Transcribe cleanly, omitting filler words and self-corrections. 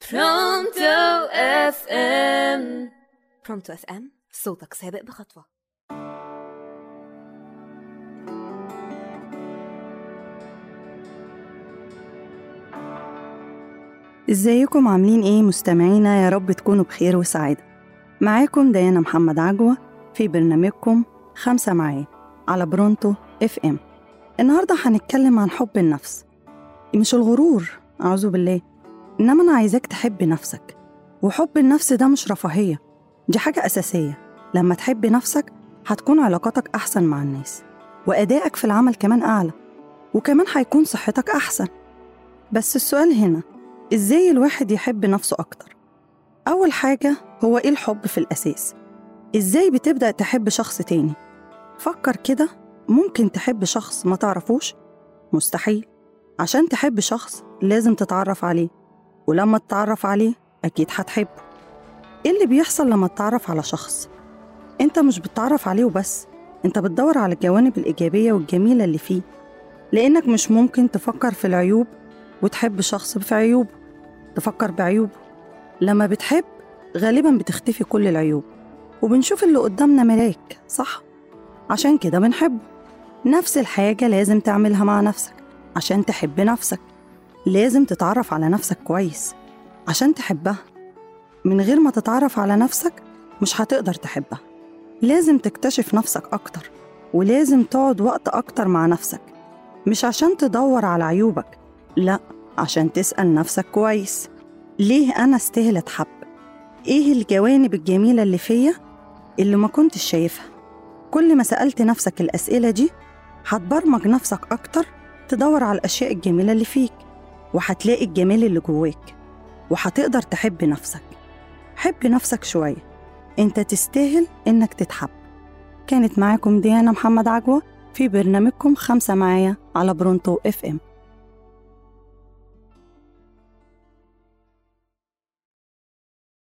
برونتو اف ام. برونتو اف ام، صوتك سابق بخطوة. ازيكم عاملين ايه مستمعينا؟ يا رب تكونوا بخير وسعادة. معاكم ديانا محمد عجوة في برنامجكم 5 معايا على برونتو اف ام. النهاردة هنتكلم عن حب النفس، مش الغرور أعوذ بالله، إنما أنا عايزاك تحب نفسك. وحب النفس ده مش رفاهية، دي حاجة أساسية. لما تحب نفسك هتكون علاقاتك أحسن مع الناس، وأدائك في العمل كمان أعلى، وكمان هيكون صحتك أحسن. بس السؤال هنا، إزاي الواحد يحب نفسه أكتر؟ أول حاجة، هو إيه الحب في الأساس؟ إزاي بتبدأ تحب شخص تاني؟ فكر كده، ممكن تحب شخص ما تعرفوش؟ مستحيل. عشان تحب شخص لازم تتعرف عليه، ولما تتعرف عليه أكيد هتحبه. إيه اللي بيحصل لما تتعرف على شخص؟ أنت مش بتتعرف عليه وبس، أنت بتدور على الجوانب الإيجابية والجميلة اللي فيه، لأنك مش ممكن تفكر في العيوب وتحب شخص في عيوبه. تفكر بعيوبه. لما بتحب غالبا بتختفي كل العيوب، وبنشوف اللي قدامنا ملاك، صح؟ عشان كده بنحبه. نفس الحاجة لازم تعملها مع نفسك عشان تحب نفسك. لازم تتعرف على نفسك كويس عشان تحبها. من غير ما تتعرف على نفسك مش هتقدر تحبها. لازم تكتشف نفسك أكتر، ولازم تقعد وقت أكتر مع نفسك، مش عشان تدور على عيوبك، لأ، عشان تسأل نفسك كويس، ليه أنا استاهل أتحب؟ إيه الجوانب الجميلة اللي فيا اللي ما كنتش شايفها؟ كل ما سألت نفسك الأسئلة دي هتبرمج نفسك أكتر تدور على الأشياء الجميلة اللي فيك، وهتلاقي الجمال اللي جواك، وهتقدر تحب نفسك. حب نفسك شوية، أنت تستاهل إنك تتحب. كانت معاكم ديانا محمد عجوة في برنامجكم 5 معايا على برونتو اف ام.